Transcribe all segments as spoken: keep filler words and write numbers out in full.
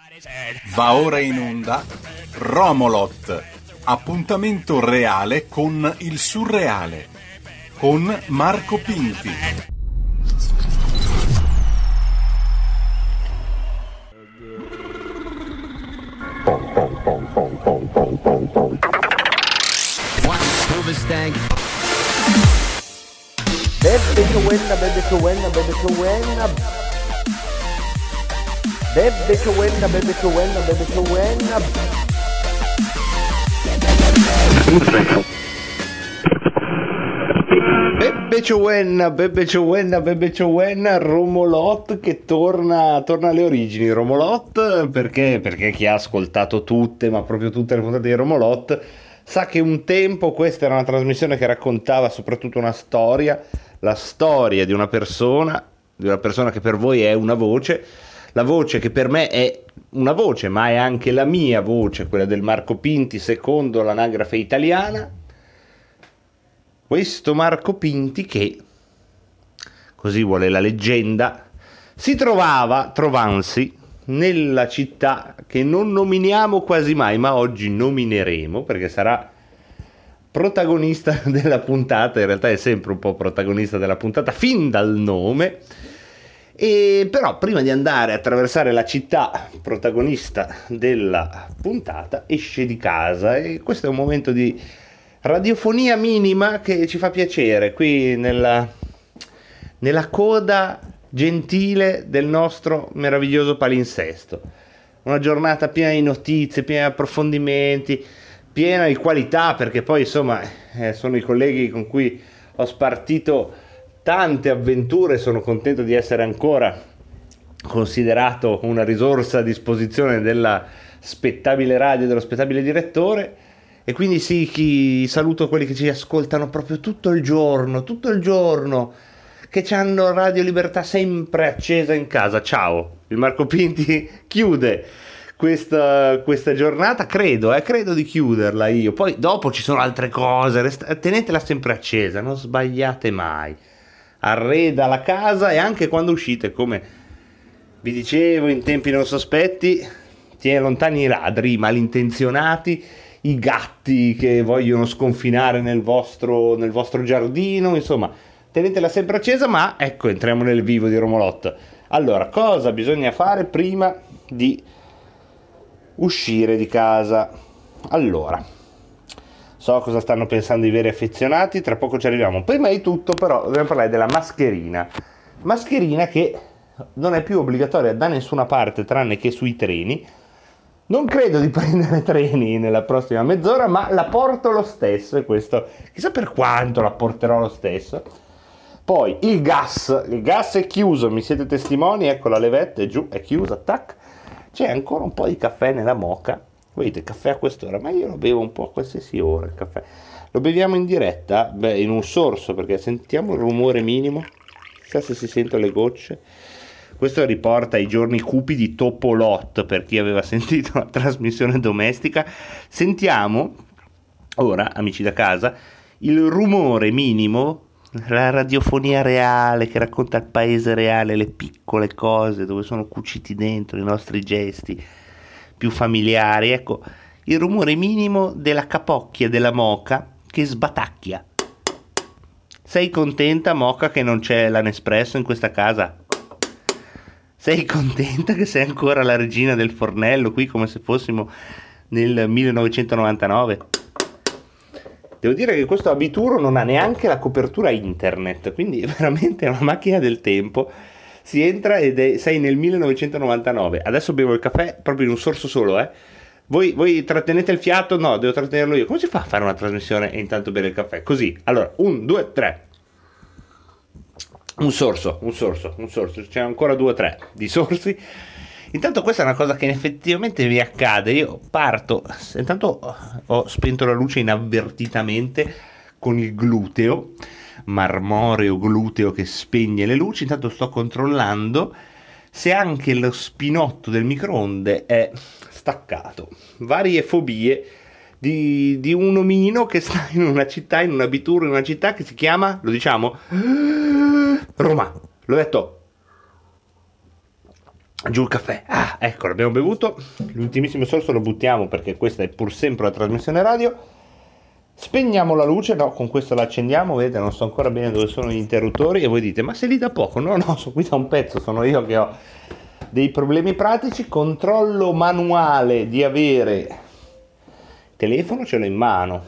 Va ora in onda Romolot, appuntamento reale con il surreale, con Marco Pinti. Bebe che buena, bebe che buena, bebe che buena. Bebe che buena, bebe che buena, bebe che buena. Bebe che buena, bebe che buena, bebe che buena. Romolot che torna, torna alle origini. Romolot perché? Perché chi ha ascoltato tutte, ma proprio tutte le puntate di Romolot, sa che un tempo questa era una trasmissione che raccontava soprattutto una storia, la storia di una persona, di una persona che per voi è una voce, la voce che per me è una voce, ma è anche la mia voce, quella del Marco Pinti secondo l'anagrafe italiana. Questo Marco Pinti che, così vuole la leggenda, si trovava, trovansi, nella città che non nominiamo quasi mai, ma oggi nomineremo perché sarà protagonista della puntata. In realtà è sempre un po' protagonista della puntata fin dal nome. E però prima di andare a attraversare la città protagonista della puntata esce di casa, e questo è un momento di radiofonia minima che ci fa piacere qui nella, nella coda gentile del nostro meraviglioso palinsesto. Una giornata piena di notizie, piena di approfondimenti, piena di qualità, perché poi insomma eh, sono i colleghi con cui ho spartito tante avventure. Sono contento di essere ancora considerato una risorsa a disposizione della spettabile radio, dello spettabile direttore. E quindi sì, chi, saluto quelli che ci ascoltano proprio tutto il giorno, tutto il giorno, che hanno Radio Libertà sempre accesa in casa. Ciao, il Marco Pinti chiude questa, questa giornata, credo, eh, credo di chiuderla io. Poi dopo ci sono altre cose, resta, tenetela sempre accesa, non sbagliate mai. Arreda la casa, e anche quando uscite, come vi dicevo in tempi non sospetti, tiene lontani i ladri, i malintenzionati, i gatti che vogliono sconfinare nel vostro, nel vostro giardino, insomma, tenetela sempre accesa. Ma ecco, entriamo nel vivo di Romolot. Allora, cosa bisogna fare prima di uscire di casa? Allora, so cosa stanno pensando i veri affezionati, tra poco ci arriviamo. Prima di tutto però dobbiamo parlare della mascherina. Mascherina che non è più obbligatoria da nessuna parte tranne che sui treni. Non credo di prendere treni nella prossima mezz'ora, ma la porto lo stesso, e questo chissà per quanto la porterò lo stesso. Poi il gas, il gas è chiuso, mi siete testimoni, ecco la levetta è giù, è chiusa, tac. C'è ancora un po' di caffè nella moka. Vedete, caffè a quest'ora, ma io lo bevo un po' a qualsiasi ora il caffè. Lo beviamo in diretta? Beh, in un sorso, perché sentiamo il rumore minimo. Chissà se si sentono le gocce. Questo riporta i giorni cupi di Topolot, per chi aveva sentito la trasmissione domestica. Sentiamo ora, amici da casa, il rumore minimo, la radiofonia reale che racconta il paese reale, le piccole cose dove sono cuciti dentro i nostri gesti più familiari. Ecco, il rumore minimo della capocchia della moka che sbatacchia. Sei contenta, moka, che non c'è la Nespresso in questa casa? Sei contenta che sei ancora la regina del fornello qui, come se fossimo nel millenovecentonovantanove? Devo dire che questo abituro non ha neanche la copertura internet, quindi veramente è una macchina del tempo. Si entra ed è, sei nel millenovecentonovantanove. Adesso bevo il caffè proprio in un sorso solo, eh. Voi, voi trattenete il fiato? No, devo trattenerlo io. Come si fa a fare una trasmissione e intanto bere il caffè? Così. Allora, un, due, tre. Un sorso, un sorso, un sorso. C'è ancora due o tre di sorsi. Intanto questa è una cosa che effettivamente mi accade. Io parto, intanto ho spento la luce inavvertitamente con il gluteo, marmoreo gluteo che spegne le luci. Intanto sto controllando se anche lo spinotto del microonde è staccato. Varie fobie di, di un omino che sta in una città, in un abituro, in una città che si chiama, lo diciamo, Roma. L'ho detto. Giù il caffè. Ah, ecco, l'abbiamo bevuto. L'ultimissimo sorso lo buttiamo perché questa è pur sempre la trasmissione radio. Spegniamo la luce, no, con questo la accendiamo, vedete, non so ancora bene dove sono gli interruttori e voi dite, ma sei lì da poco? No, no, sono qui da un pezzo, sono io che ho dei problemi pratici. Controllo manuale di avere il telefono, ce l'ho in mano,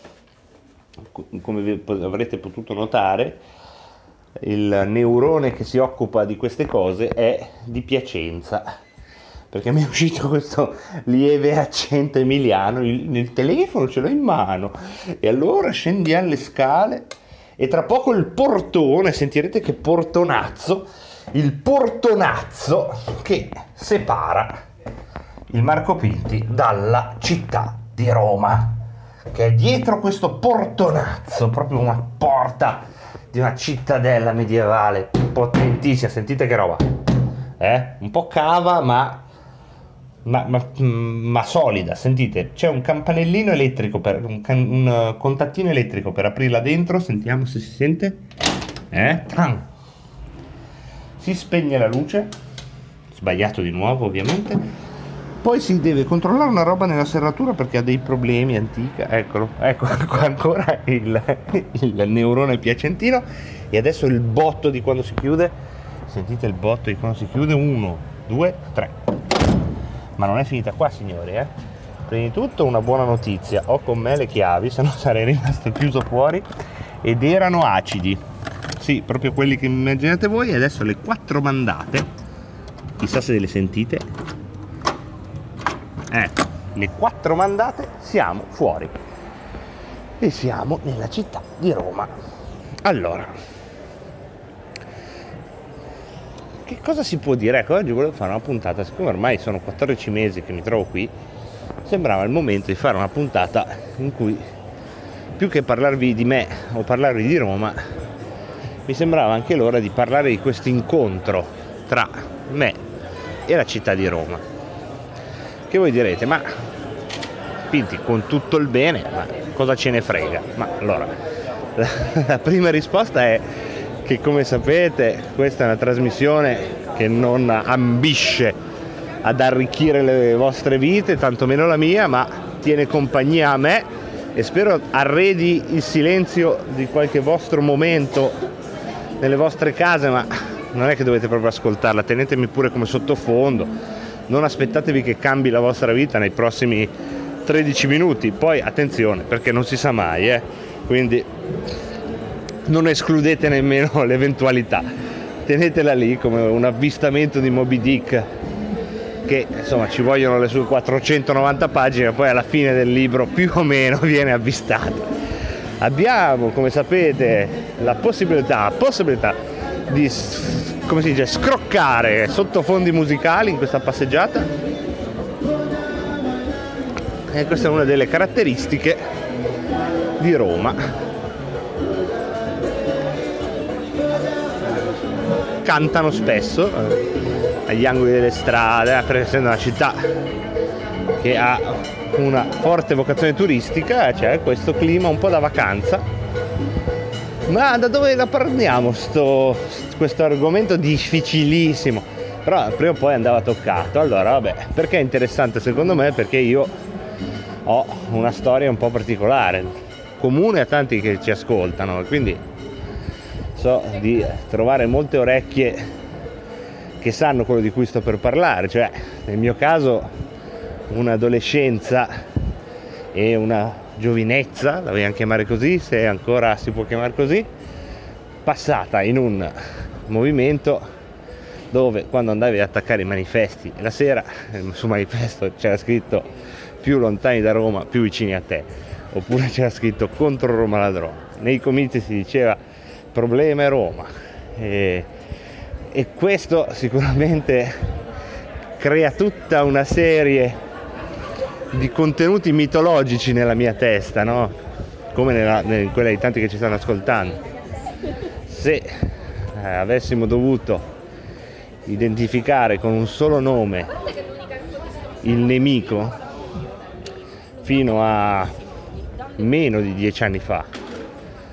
come avrete potuto notare. Il neurone che si occupa di queste cose è di Piacenza, perché mi è uscito questo lieve accento emiliano. Il, il telefono ce l'ho in mano e allora scendiamo le scale e tra poco il portone, sentirete che portonazzo, il portonazzo che separa il Marco Pinti dalla città di Roma, che è dietro questo portonazzo, proprio una porta di una cittadella medievale potentissima. Sentite che roba, eh? Un po' cava ma, ma, ma, ma solida. Sentite, c'è un campanellino elettrico, per, un, can, un contattino elettrico per aprirla dentro. Sentiamo se si sente, eh? Tran. Si spegne la luce, sbagliato di nuovo ovviamente. Poi si deve controllare una roba nella serratura perché ha dei problemi, antica. Eccolo, ecco qua ancora il, il neurone piacentino. E adesso il botto di quando si chiude. Sentite il botto di quando si chiude. Uno, due, tre. Ma non è finita qua, signori, eh. Prima di tutto una buona notizia. Ho con me le chiavi, se no sarei rimasto chiuso fuori. Ed erano acidi. Sì, proprio quelli che immaginate voi. E adesso le quattro mandate. Chissà se le sentite. Ecco, le quattro mandate, siamo fuori e siamo nella città di Roma. Allora, che cosa si può dire? Ecco, oggi volevo fare una puntata, siccome ormai sono quattordici mesi che mi trovo qui, sembrava il momento di fare una puntata in cui, più che parlarvi di me o parlarvi di Roma, mi sembrava anche l'ora di parlare di questo incontro tra me e la città di Roma. Che voi direte, ma Pinti, con tutto il bene, ma cosa ce ne frega? Ma allora, la, la prima risposta è che, come sapete, questa è una trasmissione che non ambisce ad arricchire le vostre vite, tantomeno la mia, ma tiene compagnia a me e spero arredi il silenzio di qualche vostro momento nelle vostre case, ma non è che dovete proprio ascoltarla, tenetemi pure come sottofondo. Non aspettatevi che cambi la vostra vita nei prossimi tredici minuti, poi attenzione perché non si sa mai, eh? Quindi non escludete nemmeno l'eventualità, tenetela lì come un avvistamento di Moby Dick, che insomma ci vogliono le sue quattrocentonovanta pagine, poi alla fine del libro più o meno viene avvistato. Abbiamo, come sapete, la possibilità, la possibilità di, come si dice, scroccare sottofondi musicali in questa passeggiata, e questa è una delle caratteristiche di Roma. Cantano spesso eh, agli angoli delle strade, eh, perché essendo una città che ha una forte vocazione turistica, c'è questo clima un po' da vacanza. Ma da dove la parliamo sto, questo argomento difficilissimo? Però prima o poi andava toccato. Allora vabbè, perché è interessante secondo me? Perché io ho una storia un po' particolare, comune a tanti che ci ascoltano, e quindi so di trovare molte orecchie che sanno quello di cui sto per parlare. Cioè, nel mio caso, un'adolescenza e una giovinezza, la vogliamo chiamare così, se ancora si può chiamare così, passata in un movimento dove, quando andavi ad attaccare i manifesti la sera, sul manifesto c'era scritto più lontani da Roma, più vicini a te, oppure c'era scritto contro Roma ladrone. Nei comizi si diceva problema è Roma, e, e questo sicuramente crea tutta una serie di contenuti mitologici nella mia testa, no? Come nella, in quella di tanti che ci stanno ascoltando. Se eh, avessimo dovuto identificare con un solo nome il nemico fino a meno di dieci anni fa,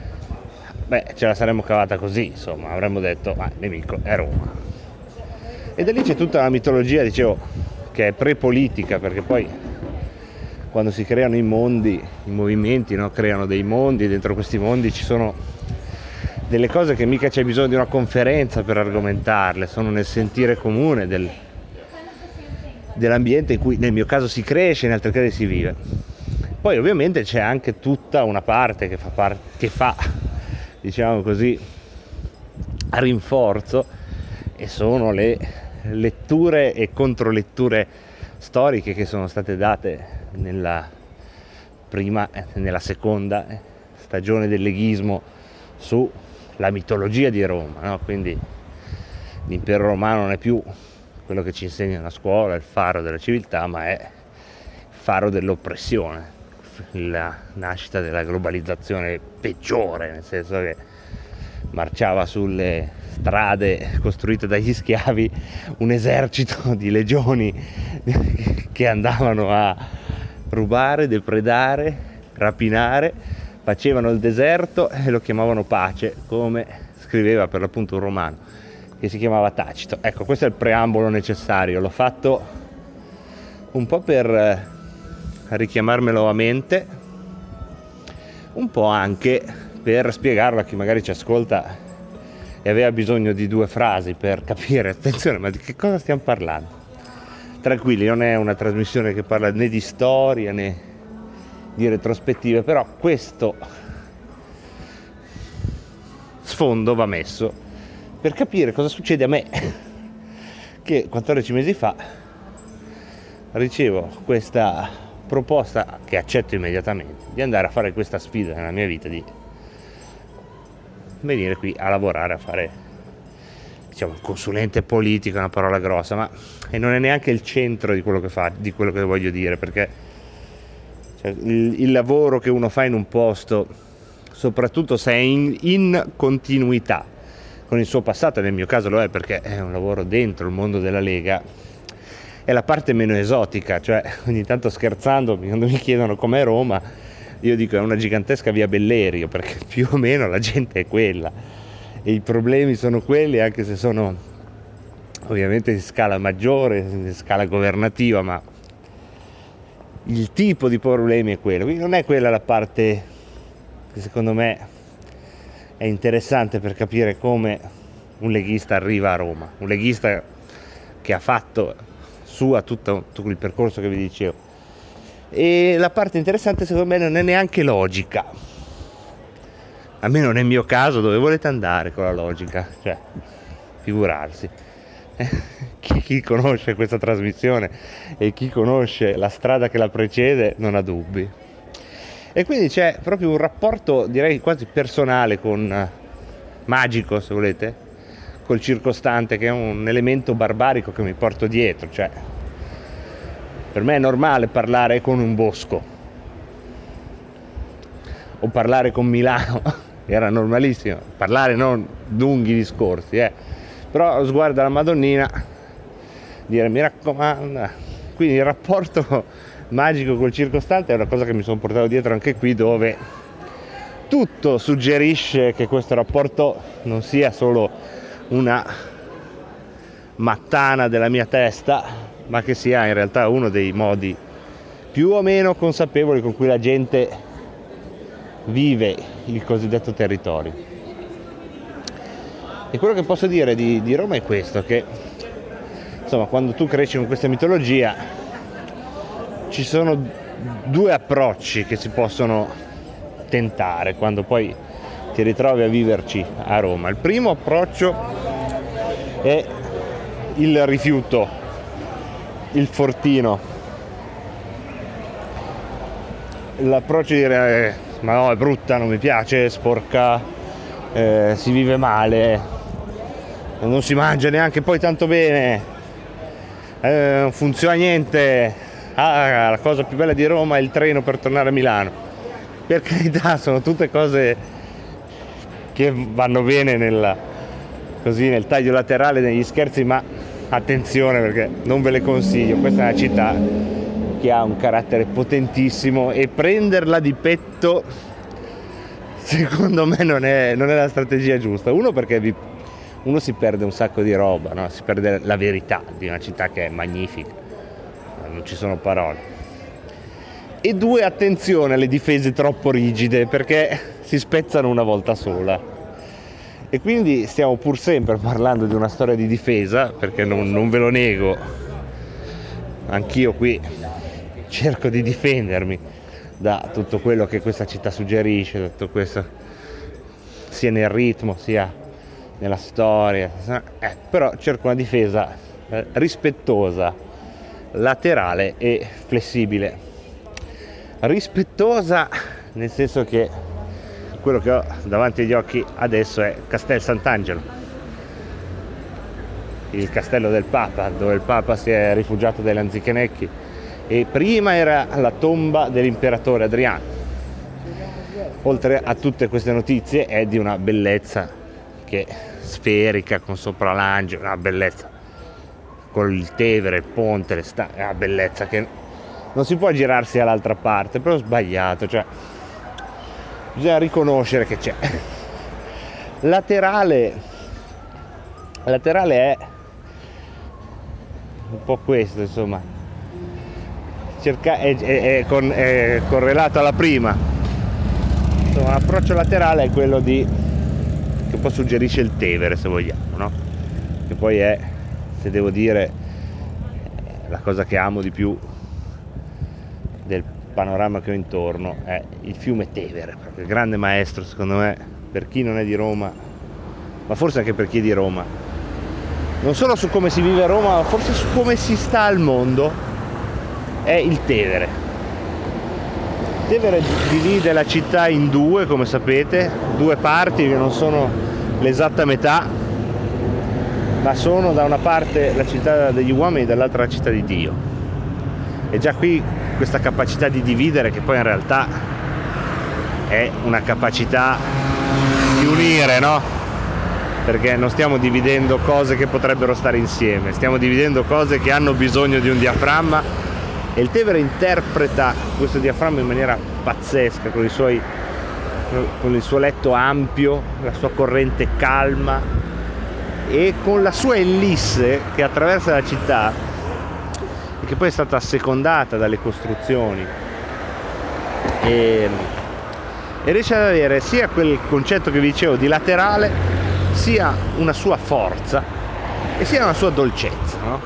beh, ce la saremmo cavata così, insomma, avremmo detto, ma il nemico è Roma. E da lì c'è tutta la mitologia, dicevo, che è pre-politica, perché poi quando si creano i mondi, i movimenti, no? Creano dei mondi, dentro questi mondi ci sono delle cose che mica c'è bisogno di una conferenza per argomentarle, sono nel sentire comune del, dell'ambiente in cui nel mio caso si cresce, in altri casi si vive. Poi ovviamente c'è anche tutta una parte che fa, parte, che fa diciamo così, a rinforzo, e sono le letture e controletture storiche che sono state date nella prima e nella seconda stagione del leghismo sulla mitologia di Roma, no? Quindi l'impero romano non è più quello che ci insegna a scuola, il faro della civiltà, ma è il faro dell'oppressione, la nascita della globalizzazione peggiore, nel senso che marciava sulle strade costruite dagli schiavi un esercito di legioni che andavano a rubare, depredare, rapinare, facevano il deserto e lo chiamavano pace, come scriveva per l'appunto un romano che si chiamava Tacito. Ecco, questo è il preambolo necessario, l'ho fatto un po' per richiamarmelo a mente, un po' anche per spiegarlo a chi magari ci ascolta e aveva bisogno di due frasi per capire, attenzione, ma di che cosa stiamo parlando? Tranquilli, non è una trasmissione che parla né di storia né di retrospettive, però questo sfondo va messo per capire cosa succede a me, che quattordici mesi fa ricevo questa proposta, che accetto immediatamente, di andare a fare questa sfida nella mia vita, di venire qui a lavorare, a fare, diciamo, consulente politico, è una parola grossa, ma e non è neanche il centro di quello che fa, di quello che voglio dire, perché cioè, il, il lavoro che uno fa in un posto, soprattutto se è in, in continuità con il suo passato, nel mio caso lo è perché è un lavoro dentro il mondo della Lega, è la parte meno esotica, cioè ogni tanto scherzando, quando mi chiedono com'è Roma, io dico è una gigantesca via Bellerio, perché più o meno la gente è quella e i problemi sono quelli, anche se sono ovviamente di scala maggiore, di scala governativa, ma il tipo di problemi è quello. Quindi non è quella la parte che secondo me è interessante per capire come un leghista arriva a Roma, un leghista che ha fatto sua tutto, tutto il percorso che vi dicevo. E la parte interessante secondo me non è neanche logica, almeno nel mio caso, dove volete andare con la logica, cioè figurarsi. chi, chi conosce questa trasmissione e chi conosce la strada che la precede non ha dubbi, e quindi c'è proprio un rapporto, direi quasi personale, con magico se volete, col circostante, che è un elemento barbarico che mi porto dietro. Cioè per me è normale parlare con un bosco o parlare con Milano, era normalissimo parlare, non lunghi discorsi, eh. però lo sguardo alla Madonnina, dire mi raccomando. Quindi il rapporto magico col circostante è una cosa che mi sono portato dietro anche qui, dove tutto suggerisce che questo rapporto non sia solo una mattana della mia testa, ma che sia in realtà uno dei modi più o meno consapevoli con cui la gente vive il cosiddetto territorio. E quello che posso dire di, di Roma è questo, che insomma quando tu cresci con questa mitologia ci sono due approcci che si possono tentare quando poi ti ritrovi a viverci a Roma. Il primo approccio è il rifiuto, il fortino, l'approccio di dire eh, ma no, è brutta, non mi piace, è sporca, eh, si vive male, non si mangia neanche poi tanto bene, eh, non funziona niente, ah, la cosa più bella di Roma è il treno per tornare a Milano. Per carità, sono tutte cose che vanno bene nel, così, nel taglio laterale degli scherzi, ma attenzione, perché non ve le consiglio. Questa è una città che ha un carattere potentissimo e prenderla di petto secondo me non è, non è la strategia giusta. Uno, perché vi uno si perde un sacco di roba, no? Si perde la verità di una città che è magnifica, non ci sono parole. E due, attenzione alle difese troppo rigide, perché si spezzano una volta sola. E quindi stiamo pur sempre parlando di una storia di difesa, perché non, non ve lo nego, anch'io qui cerco di difendermi da tutto quello che questa città suggerisce, tutto questo, sia nel ritmo sia nella storia, eh, però cerco una difesa eh, rispettosa, laterale e flessibile. Rispettosa nel senso che quello che ho davanti agli occhi adesso è Castel Sant'Angelo, il castello del Papa, dove il Papa si è rifugiato dai Lanzichenecchi, e prima era la tomba dell'imperatore Adriano. Oltre a tutte queste notizie è di una bellezza che sferica, con sopra l'angelo, una bellezza con il Tevere, il ponte, le sta- è una bellezza che non si può girarsi all'altra parte, però ho sbagliato, cioè bisogna riconoscere che c'è. Laterale, laterale è un po' questo, insomma, cerca, è, è, è, con, è correlato alla prima. Insomma, l'approccio laterale è quello di, che poi suggerisce il Tevere, se vogliamo, no? Che poi è, se devo dire, la cosa che amo di più del panorama che ho intorno è il fiume Tevere, proprio il grande maestro, secondo me, per chi non è di Roma, ma forse anche per chi è di Roma, non solo su come si vive a Roma, ma forse su come si sta al mondo, è il Tevere. Il Tevere divide la città in due, come sapete, due parti che non sono l'esatta metà, ma sono da una parte la città degli uomini e dall'altra la città di Dio. E già qui questa capacità di dividere, che poi in realtà è una capacità di unire, no? Perché non stiamo dividendo cose che potrebbero stare insieme, stiamo dividendo cose che hanno bisogno di un diaframma, e il Tevere interpreta questo diaframma in maniera pazzesca, con i suoi, con il suo letto ampio, la sua corrente calma e con la sua ellisse che attraversa la città, che poi è stata assecondata dalle costruzioni, e, e riesce ad avere sia quel concetto che vi dicevo di laterale, sia una sua forza e sia una sua dolcezza, no?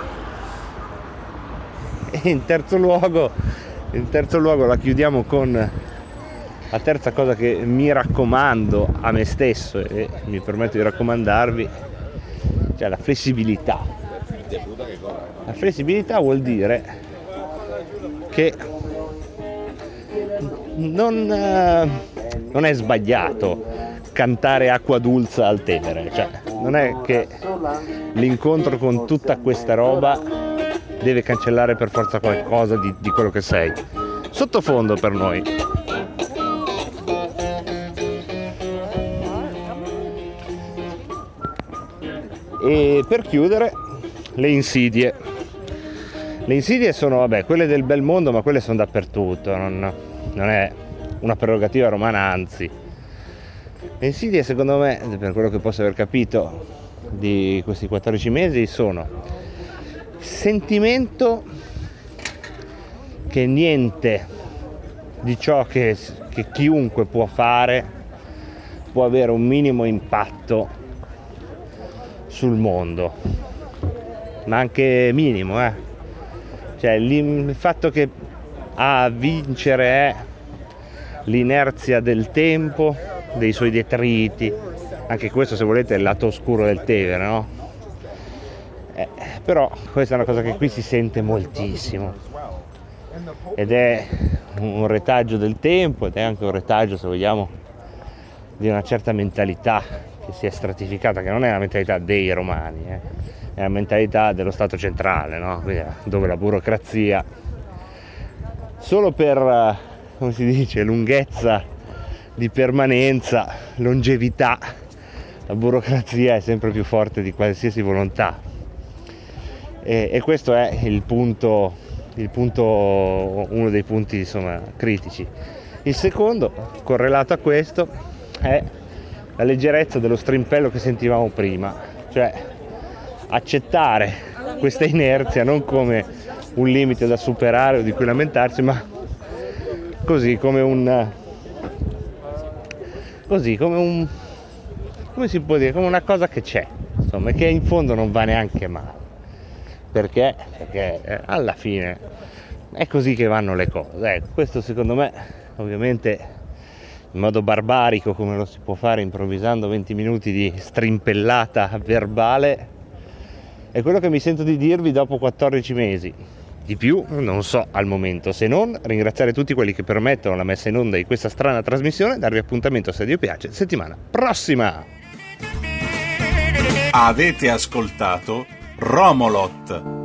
E in terzo luogo in terzo luogo la chiudiamo con la terza cosa che mi raccomando a me stesso e mi permetto di raccomandarvi, cioè la flessibilità. La flessibilità vuol dire che non, eh, non è sbagliato cantare Acqua Dulce al Tevere, cioè non è che l'incontro con tutta questa roba deve cancellare per forza qualcosa di, di quello che sei. Sottofondo per noi. E per chiudere, le insidie. Le insidie sono, vabbè, quelle del bel mondo, ma quelle sono dappertutto, non, non è una prerogativa romana, anzi. Le insidie, secondo me, per quello che posso aver capito di questi quattordici mesi, sono sentimento che niente di ciò che, che chiunque può fare può avere un minimo impatto sul mondo, ma anche minimo, eh. Cioè il fatto che a vincere è l'inerzia del tempo, dei suoi detriti, anche questo, se volete, è il lato oscuro del Tevere, no? Eh, però questa è una cosa che qui si sente moltissimo, ed è un retaggio del tempo, ed è anche un retaggio, se vogliamo, di una certa mentalità che si è stratificata, che non è la mentalità dei romani, eh. È la mentalità dello Stato centrale, no? Dove la burocrazia, solo per, come si dice, lunghezza di permanenza, longevità, la burocrazia è sempre più forte di qualsiasi volontà, e, e questo è il punto, il punto, uno dei punti, insomma, critici. Il secondo, correlato a questo, è la leggerezza dello strimpello che sentivamo prima, cioè cioè accettare questa inerzia non come un limite da superare o di cui lamentarsi, ma così come un così come un come si può dire, come una cosa che c'è, insomma, che in fondo non va neanche male, perché perché eh, alla fine è così che vanno le cose. Ecco, questo secondo me, ovviamente in modo barbarico come lo si può fare improvvisando venti minuti di strimpellata verbale, è quello che mi sento di dirvi dopo quattordici mesi. Di più non so al momento, se non ringraziare tutti quelli che permettono la messa in onda di questa strana trasmissione, darvi appuntamento, se Dio piace, settimana prossima. Avete ascoltato Romolot.